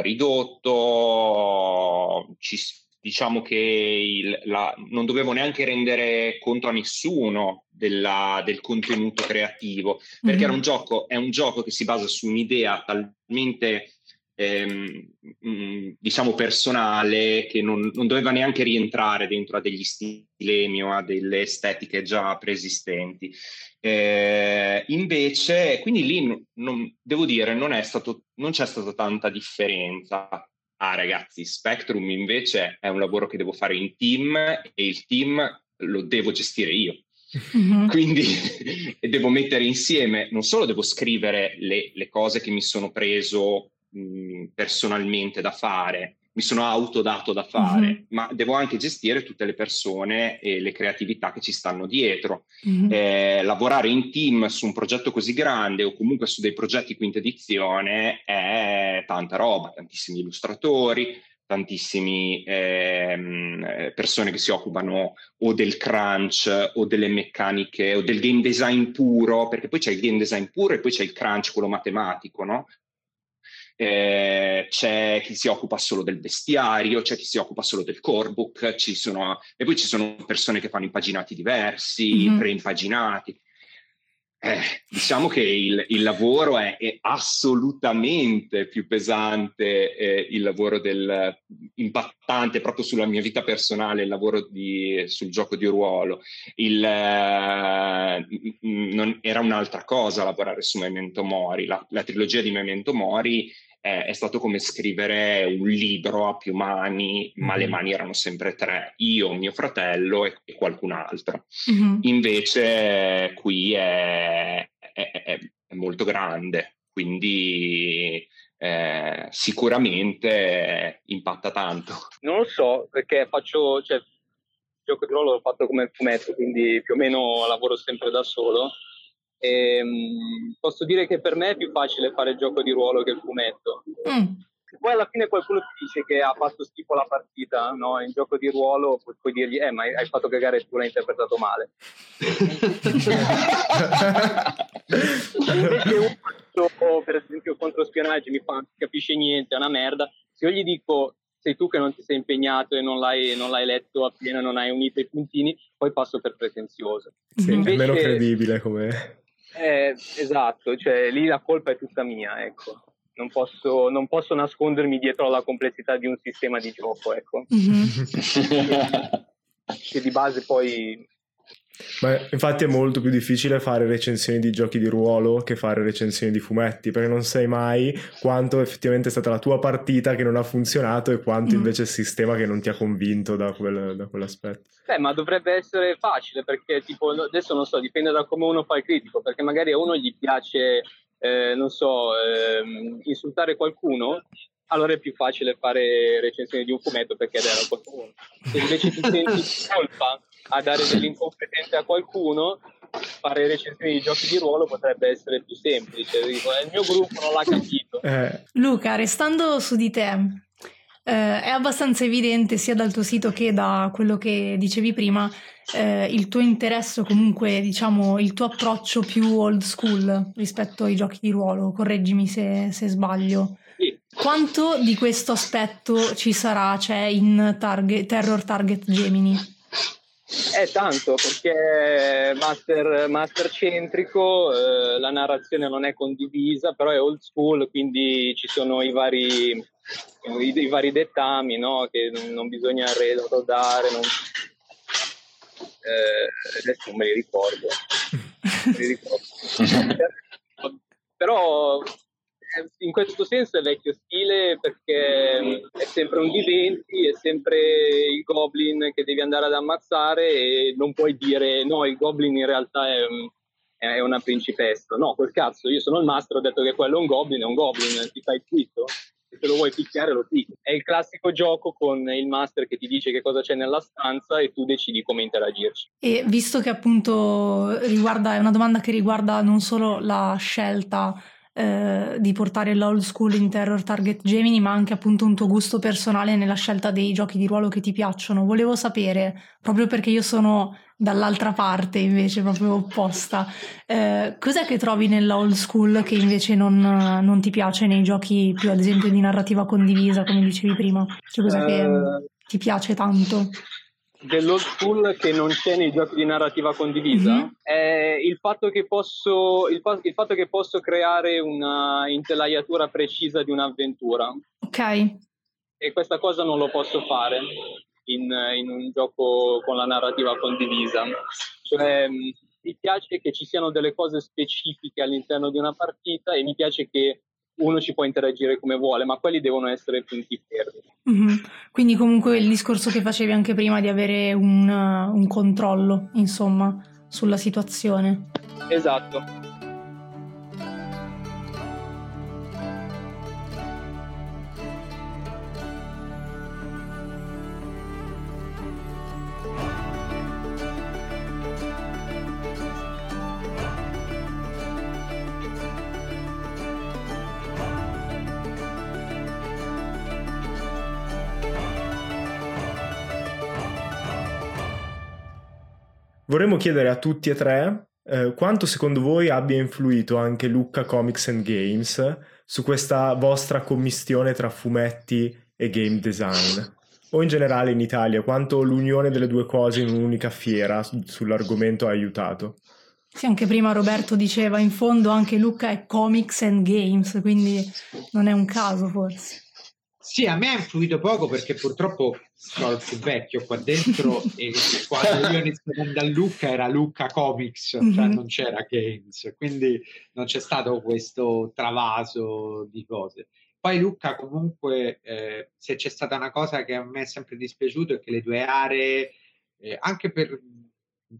ridotto, ci, diciamo che il, la, non dovevo neanche rendere conto a nessuno della, del contenuto creativo, perché era un gioco, è un gioco che si basa su un'idea talmente ehm, mh, diciamo personale che non, non doveva neanche rientrare dentro a degli stilemi o a delle estetiche già preesistenti. Eh, invece, quindi lì non, non, devo dire, non è stato, non c'è stata tanta differenza. Ah, ragazzi, Spectrum invece è un lavoro che devo fare in team e il team lo devo gestire io. Mhm. Quindi devo mettere insieme, non solo devo scrivere le, le cose che mi sono preso mh, personalmente da fare, mi sono autodato da fare, Mhm. ma devo anche gestire tutte le persone e le creatività che ci stanno dietro. Mhm. Eh, lavorare in team su un progetto così grande o comunque su dei progetti quinta edizione è tanta roba, tantissimi illustratori, tantissimi ehm, persone che si occupano o del crunch o delle meccaniche o del game design puro, perché poi c'è il game design puro e poi c'è il crunch, quello matematico, no? Eh, c'è chi si occupa solo del bestiario, c'è chi si occupa solo del core book, ci sono, e poi ci sono persone che fanno impaginati diversi, Mhm. preimpaginati. Eh, diciamo che il, il lavoro è, è assolutamente più pesante, eh, il lavoro del impattante proprio sulla mia vita personale, il lavoro di, sul gioco di ruolo. Il, eh, non, era un'altra cosa lavorare su Memento Mori. La, la trilogia di Memento Mori eh, è stato come scrivere un libro a più mani, ma Mhm. le mani erano sempre tre, io, mio fratello e, e qualcun altro. Mhm. Invece qui è, è, è, è molto grande, quindi eh, sicuramente eh, impatta tanto. Non lo so, perché faccio, cioè, gioco di ruolo l'ho fatto come fumetto, quindi più o meno lavoro sempre da solo. E, mh, posso dire che per me è più facile fare il gioco di ruolo che il fumetto. Mm. Poi alla fine qualcuno ti dice che ha fatto schifo la partita, no? In gioco di ruolo pu- puoi dirgli eh ma hai fatto cagare e tu l'hai interpretato male. Invece uno, per esempio, contro spionaggio mi fa, non capisce niente, è una merda. Se io gli dico sei tu che non ti sei impegnato e non l'hai, non l'hai letto appieno, non hai unito i puntini, poi passo per pretenzioso. Sì, Invece, è meno credibile come... Eh, esatto, cioè lì la colpa è tutta mia, ecco. Non posso, non posso nascondermi dietro alla complessità di un sistema di gioco, ecco. Mm-hmm. Che di base poi... Ma infatti è molto più difficile fare recensioni di giochi di ruolo che fare recensioni di fumetti, perché non sai mai quanto effettivamente è stata la tua partita che non ha funzionato e quanto Mm. invece il sistema che non ti ha convinto da, quel, da quell'aspetto. Beh, ma dovrebbe essere facile, perché tipo adesso non so, dipende da come uno fa il critico, perché magari a uno gli piace, eh, non so, ehm, insultare qualcuno, allora è più facile fare recensioni di un fumetto perché dare qualcuno. Se invece ti senti colpa a dare dell'incompetenza a qualcuno, fare recensioni di giochi di ruolo potrebbe essere più semplice. Dico, eh, il mio gruppo non l'ha capito. Eh, Luca, restando su di te, eh, è abbastanza evidente sia dal tuo sito che da quello che dicevi prima, eh, il tuo interesse o comunque diciamo il tuo approccio più old school rispetto ai giochi di ruolo, correggimi se, se sbaglio. Sì. Quanto di questo aspetto ci sarà, c'è in target, Terror Target Gemini? È tanto, perché master, master centrico, eh, la narrazione non è condivisa, però è old school, quindi ci sono i vari, i, i vari dettami, no? Che non, non bisogna rodare, non... Eh, adesso non me li ricordo, me li ricordo. Però in questo senso è vecchio stile, perché è sempre un D venti, è sempre il goblin che devi andare ad ammazzare e non puoi dire no, il goblin in realtà è, è una principessa. No, quel cazzo, io sono il master, ho detto che quello è un goblin, è un goblin, ti fai zitto, se te lo vuoi picchiare lo picchi. È il classico gioco con il master che ti dice che cosa c'è nella stanza e tu decidi come interagirci. E visto che appunto riguarda, è una domanda che riguarda non solo la scelta eh, di portare l'old school in Terror Target Gemini, ma anche appunto un tuo gusto personale nella scelta dei giochi di ruolo che ti piacciono. Volevo sapere, proprio perché io sono dall'altra parte invece, proprio opposta, eh, cos'è che trovi nell'old school che invece non, non ti piace nei giochi più ad esempio di narrativa condivisa, come dicevi prima? Cioè cos'è uh... che ti piace tanto? Dell'old school che non c'è nei giochi di narrativa condivisa, mm-hmm. è il fatto che posso il, fa- il fatto che posso creare una intelaiatura precisa di un'avventura. Ok. E questa cosa non lo posso fare in, in un gioco con la narrativa condivisa. Cioè mi piace che ci siano delle cose specifiche all'interno di una partita e mi piace che uno ci può interagire come vuole, ma quelli devono essere punti fermi. Mm-hmm. Quindi comunque il discorso che facevi anche prima di avere un, uh, un controllo, insomma, sulla situazione. Esatto. Vorremmo chiedere a tutti e tre eh, quanto secondo voi abbia influito anche Lucca Comics and Games su questa vostra commistione tra fumetti e game design, o in generale in Italia, quanto l'unione delle due cose in un'unica fiera sull'argomento ha aiutato. Sì, anche prima Roberto diceva, in fondo anche Lucca è Comics and Games, quindi non è un caso forse. Sì, a me ha influito poco perché purtroppo sono il più vecchio qua dentro e quando io iniziavo da Lucca era Lucca Comics, mm-hmm. cioè non c'era Games, quindi non c'è stato questo travaso di cose. Poi Lucca comunque, eh, se c'è stata una cosa che a me è sempre dispiaciuto è che le due aree, eh, anche per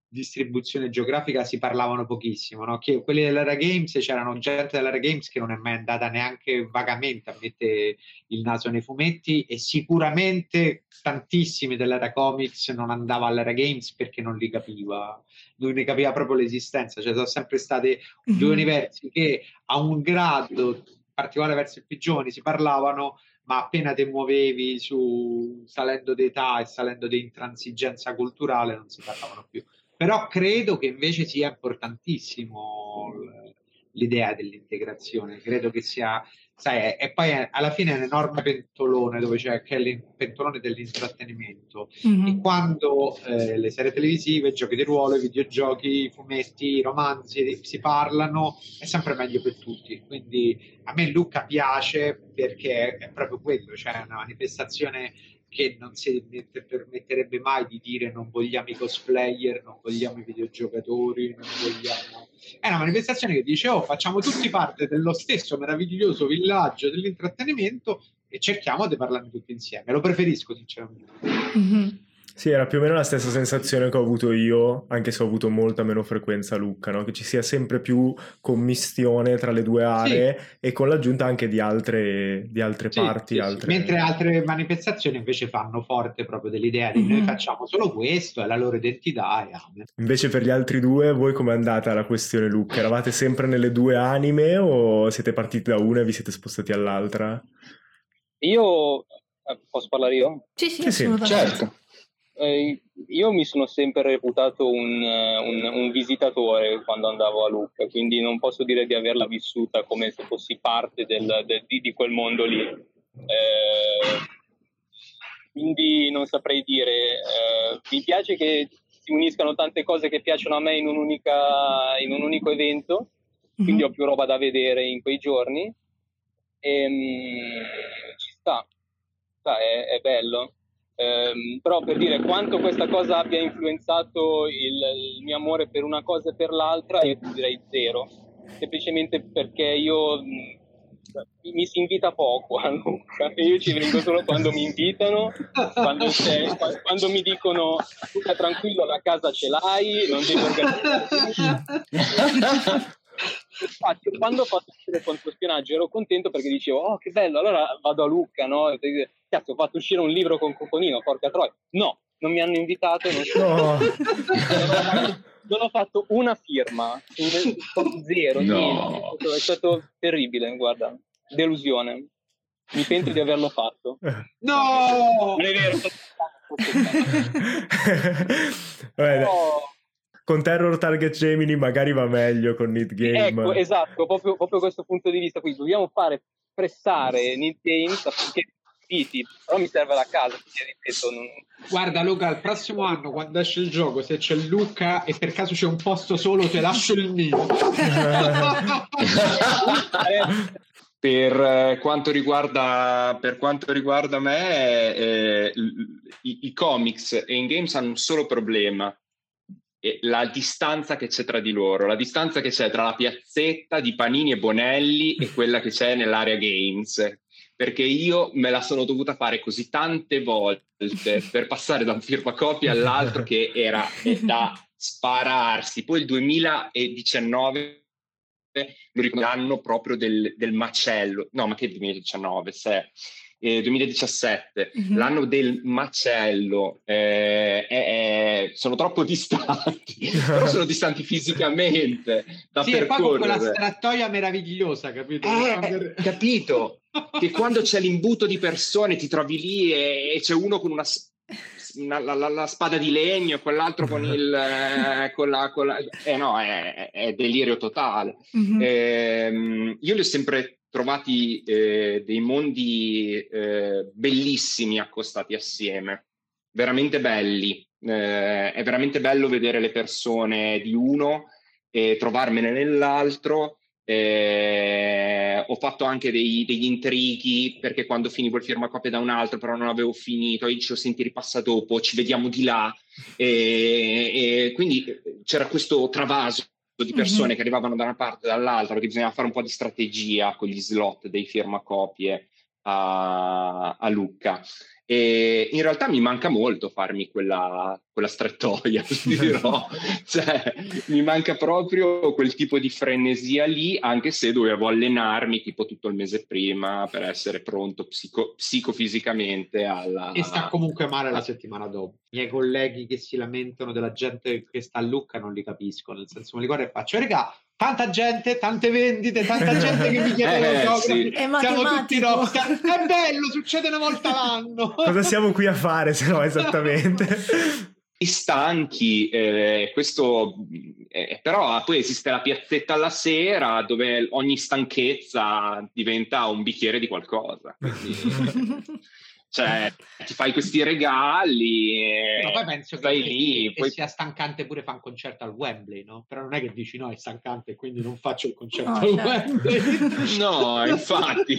distribuzione geografica si parlavano pochissimo, no? Che quelli dell'Era Games, c'erano gente dell'Era Games che non è mai andata neanche vagamente a mettere il naso nei fumetti, e sicuramente tantissimi dell'Era Comics non andava all'Era Games perché non li capiva, non ne capiva proprio l'esistenza. Cioè sono sempre state mm-hmm. due universi che a un grado particolare verso i più giovani si parlavano, ma appena ti muovevi su salendo d'età e salendo di intransigenza culturale non si parlavano più. Però credo che invece sia importantissimo l'idea dell'integrazione, credo che sia, sai, e poi alla fine è un enorme pentolone dove c'è, che è il pentolone dell'intrattenimento, mm-hmm. e quando eh, le serie televisive, i giochi di ruolo, i videogiochi, i fumetti, i romanzi si parlano, è sempre meglio per tutti. Quindi a me Lucca piace perché è proprio quello, cioè una manifestazione che non si permetterebbe mai di dire non vogliamo i cosplayer, non vogliamo i videogiocatori, non vogliamo... È una manifestazione che dice oh, facciamo tutti parte dello stesso meraviglioso villaggio dell'intrattenimento e cerchiamo di parlarne tutti insieme. Lo preferisco sinceramente. Mm-hmm. Sì, era più o meno la stessa sensazione che ho avuto io, anche se ho avuto molta meno frequenza a Lucca, no? Che ci sia sempre più commistione tra le due aree, sì. E con l'aggiunta anche di altre, di altre sì, parti. Sì, altre... Sì. Mentre altre manifestazioni invece fanno forte proprio dell'idea di mm-hmm. noi facciamo solo questo, è la loro identità. E amen. Invece per gli altri due, voi com'è andata la questione Lucca? Eravate sempre nelle due anime o siete partiti da una e vi siete spostati all'altra? Io... Posso parlare io? Sì, sì, sì, sì. Certo. Eh, io mi sono sempre reputato un, un, un visitatore quando andavo a Lucca, quindi non posso dire di averla vissuta come se fossi parte del, del, di, di quel mondo lì. Eh, quindi non saprei dire. Eh, mi piace che si uniscano tante cose che piacciono a me in, un'unica, in un unico evento, quindi mm-hmm. ho più roba da vedere in quei giorni. E, um, ci sta, sta è, è bello. Um, però per dire quanto questa cosa abbia influenzato il, il mio amore per una cosa e per l'altra, io direi zero, semplicemente perché io mh, mi si invita poco a Lucca, io ci vengo solo quando mi invitano, quando, c'è, quando mi dicono Luca tranquillo la casa ce l'hai, non devi organizzare. Infatti quando ho fatto uscire Controspionaggio ero contento perché dicevo oh che bello, allora vado a Lucca, no? Cazzo, ho fatto uscire un libro con Coconino, porca troia. No, non mi hanno invitato, non, so. no. non ho fatto una firma, zero, no. niente, è stato terribile, guarda, delusione. Mi pento di averlo fatto. No! Non è vero. Bene. No. Con Terror Target Gemini magari va meglio con Neat Game. Ecco, esatto, proprio, proprio questo punto di vista qui. Dobbiamo fare pressare Neat Games affinché capiti, però mi serve la casa, quindi ripeto, non... Guarda Luca, il prossimo anno quando esce il gioco, se c'è Luca e per caso c'è un posto solo, te lascio il mio. Per eh, quanto riguarda per quanto riguarda me, eh, i, i comics e in games hanno un solo problema: e la distanza che c'è tra di loro, la distanza che c'è tra la piazzetta di Panini e Bonelli e quella che c'è nell'area games, perché io me la sono dovuta fare così tante volte per passare da un firmacopia all'altro che era da spararsi. Poi il duemiladiciannove lo ricordo, l'anno proprio del, del macello, no ma che duemiladiciannove, se Eh, duemiladiciassette, mm-hmm. l'anno del macello, eh, è, è, sono troppo distanti, però sono distanti fisicamente da sì, percorrere. E poi con quella strattoia meravigliosa, capito? Eh, capito? Che quando c'è l'imbuto di persone ti trovi lì e, e c'è uno con una, una la, la, la spada di legno e quell'altro con il eh, con la, con la, eh no, è, è delirio totale. Mm-hmm. Eh, io li ho sempre trovati eh, dei mondi eh, bellissimi accostati assieme, veramente belli. Eh, è veramente bello vedere le persone di uno e trovarmene nell'altro. Eh, ho fatto anche dei, degli intrighi, perché quando finivo il firmacopia da un altro però non avevo finito, io dicevo senti ripassa dopo, ci vediamo di là, e, e quindi c'era questo travaso di persone mm-hmm. che arrivavano da una parte e dall'altra, perché bisognava fare un po' di strategia con gli slot dei firmacopie uh, a, a Lucca. E in realtà mi manca molto farmi quella, quella strettoia, ti dirò. Cioè, mi manca proprio quel tipo di frenesia lì, anche se dovevo allenarmi tipo tutto il mese prima per essere pronto psico, psicofisicamente alla... E sta comunque male la settimana dopo. I miei colleghi che si lamentano della gente che sta a Lucca non li capisco, nel senso me li guardo e faccio, regà, tanta gente, tante vendite, tanta gente che mi chiede eh, autografi, sì. siamo tutti rockstar, è bello, succede una volta l'anno. Cosa siamo qui a fare se no esattamente? Stanchi, eh, questo eh, però poi esiste la piazzetta alla sera dove ogni stanchezza diventa un bicchiere di qualcosa. Quindi, cioè, ti fai questi regali e ma poi penso stai che, lì, che, poi... che sia stancante pure fare un concerto al Wembley, no? Però non è che dici no, è stancante, quindi non faccio il concerto No, al certo. Wembley. No, infatti.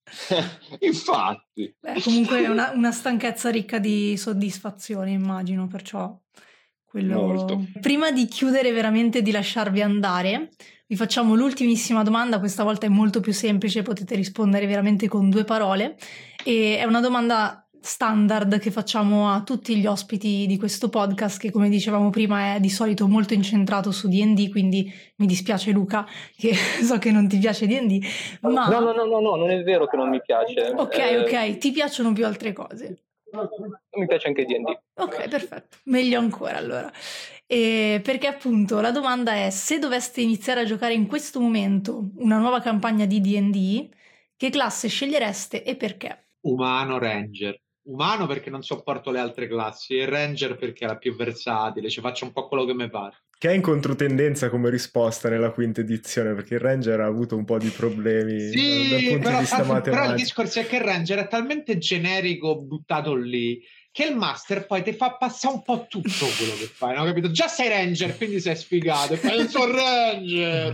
Infatti. Beh, comunque è una, una stanchezza ricca di soddisfazione, immagino, perciò quello... Molto. Prima di chiudere veramente, di lasciarvi andare, vi facciamo l'ultimissima domanda, questa volta è molto più semplice, potete rispondere veramente con due parole, e è una domanda standard che facciamo a tutti gli ospiti di questo podcast, che come dicevamo prima è di solito molto incentrato su D and D, quindi mi dispiace Luca che so che non ti piace D and D, ma... No, no, no, no, no, non è vero che non mi piace. Ok, eh, ok, ti piacciono più altre cose? Mi piace anche D and D. Ok, perfetto, meglio ancora allora. E perché appunto la domanda è: se doveste iniziare a giocare in questo momento una nuova campagna di D and D, che classe scegliereste e perché? Umano Ranger. Umano perché non sopporto le altre classi, e Ranger perché è la più versatile, ci faccio un po' quello che mi pare. Che è in controtendenza come risposta nella quinta edizione, perché il Ranger ha avuto un po' di problemi Sì, dal punto però, di vista matematico. però il discorso è che il Ranger è talmente generico buttato lì che il Master poi ti fa passare un po' tutto quello che fai, no? Capito? Già sei Ranger, quindi sei sfigato e fai il suo Ranger.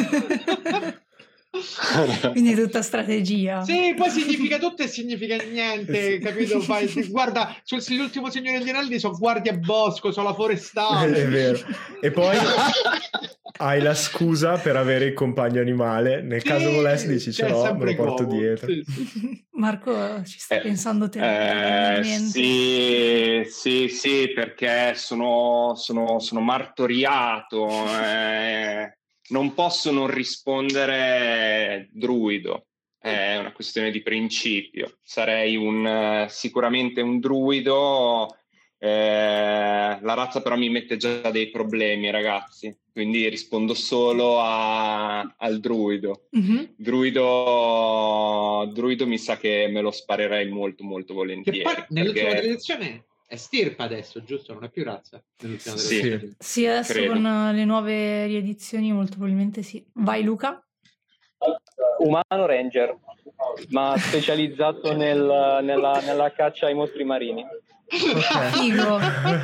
Quindi tutta strategia. Sì, poi significa tutto e significa niente, capito? Fai, guarda, sull'ultimo Signore degli Anelli so guardia bosco, so la forestale. È vero. E poi hai la scusa per avere il compagno animale, nel Sì, caso volessi dici ce c'è l'ho, me sempre lo porto comodo. dietro. Sì, sì. Marco ci sta Eh, pensando te. Eh, veramente. sì, sì, sì, perché sono, sono, sono martoriato. Eh, non posso non rispondere druido. È una questione di principio. Sarei un, eh, sicuramente un druido. Eh, la razza però mi mette già dei problemi, ragazzi. Quindi rispondo solo a, al druido. Mm-hmm. Druido, druido mi sa che me lo sparerei molto molto Che volentieri. poi nell'ultima perché... edizione è stirpa adesso, giusto? Non è più razza. Nell'ultima Sì. edizione. Sì, adesso Credo. con le nuove riedizioni molto probabilmente sì. Vai Luca. Umano Ranger, ma specializzato nel- nella, nella caccia ai mostri marini. Figo.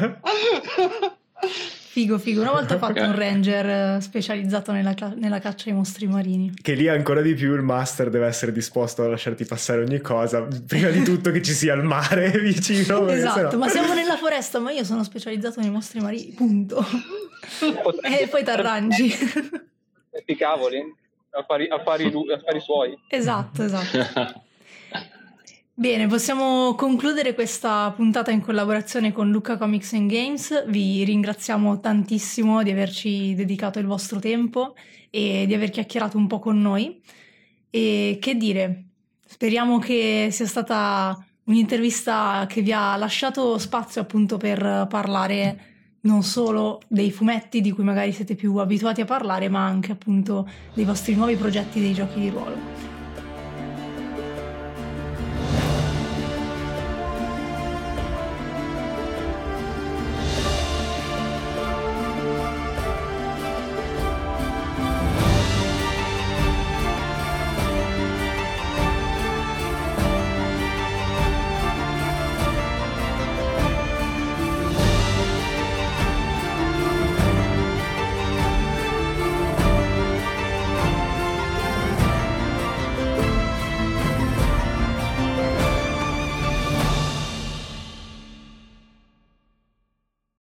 Figo, figo. Una volta ho fatto un ranger eh, specializzato nella, ca- nella caccia ai mostri marini. Che lì ancora di più il master deve essere disposto a lasciarti passare ogni cosa, prima di tutto che ci sia il mare vicino. perché Esatto, sennò- ma siamo nella foresta, ma io sono specializzato nei mostri marini, punto. E poi ti arrangi. Sti cavoli, affari, affari, lu- affari suoi. Esatto, esatto. Bene, possiamo concludere questa puntata in collaborazione con Lucca Comics and Games. Vi ringraziamo tantissimo di averci dedicato il vostro tempo e di aver chiacchierato un po' con noi. E che dire, speriamo che sia stata un'intervista che vi ha lasciato spazio appunto per parlare non solo dei fumetti di cui magari siete più abituati a parlare, ma anche appunto dei vostri nuovi progetti dei giochi di ruolo.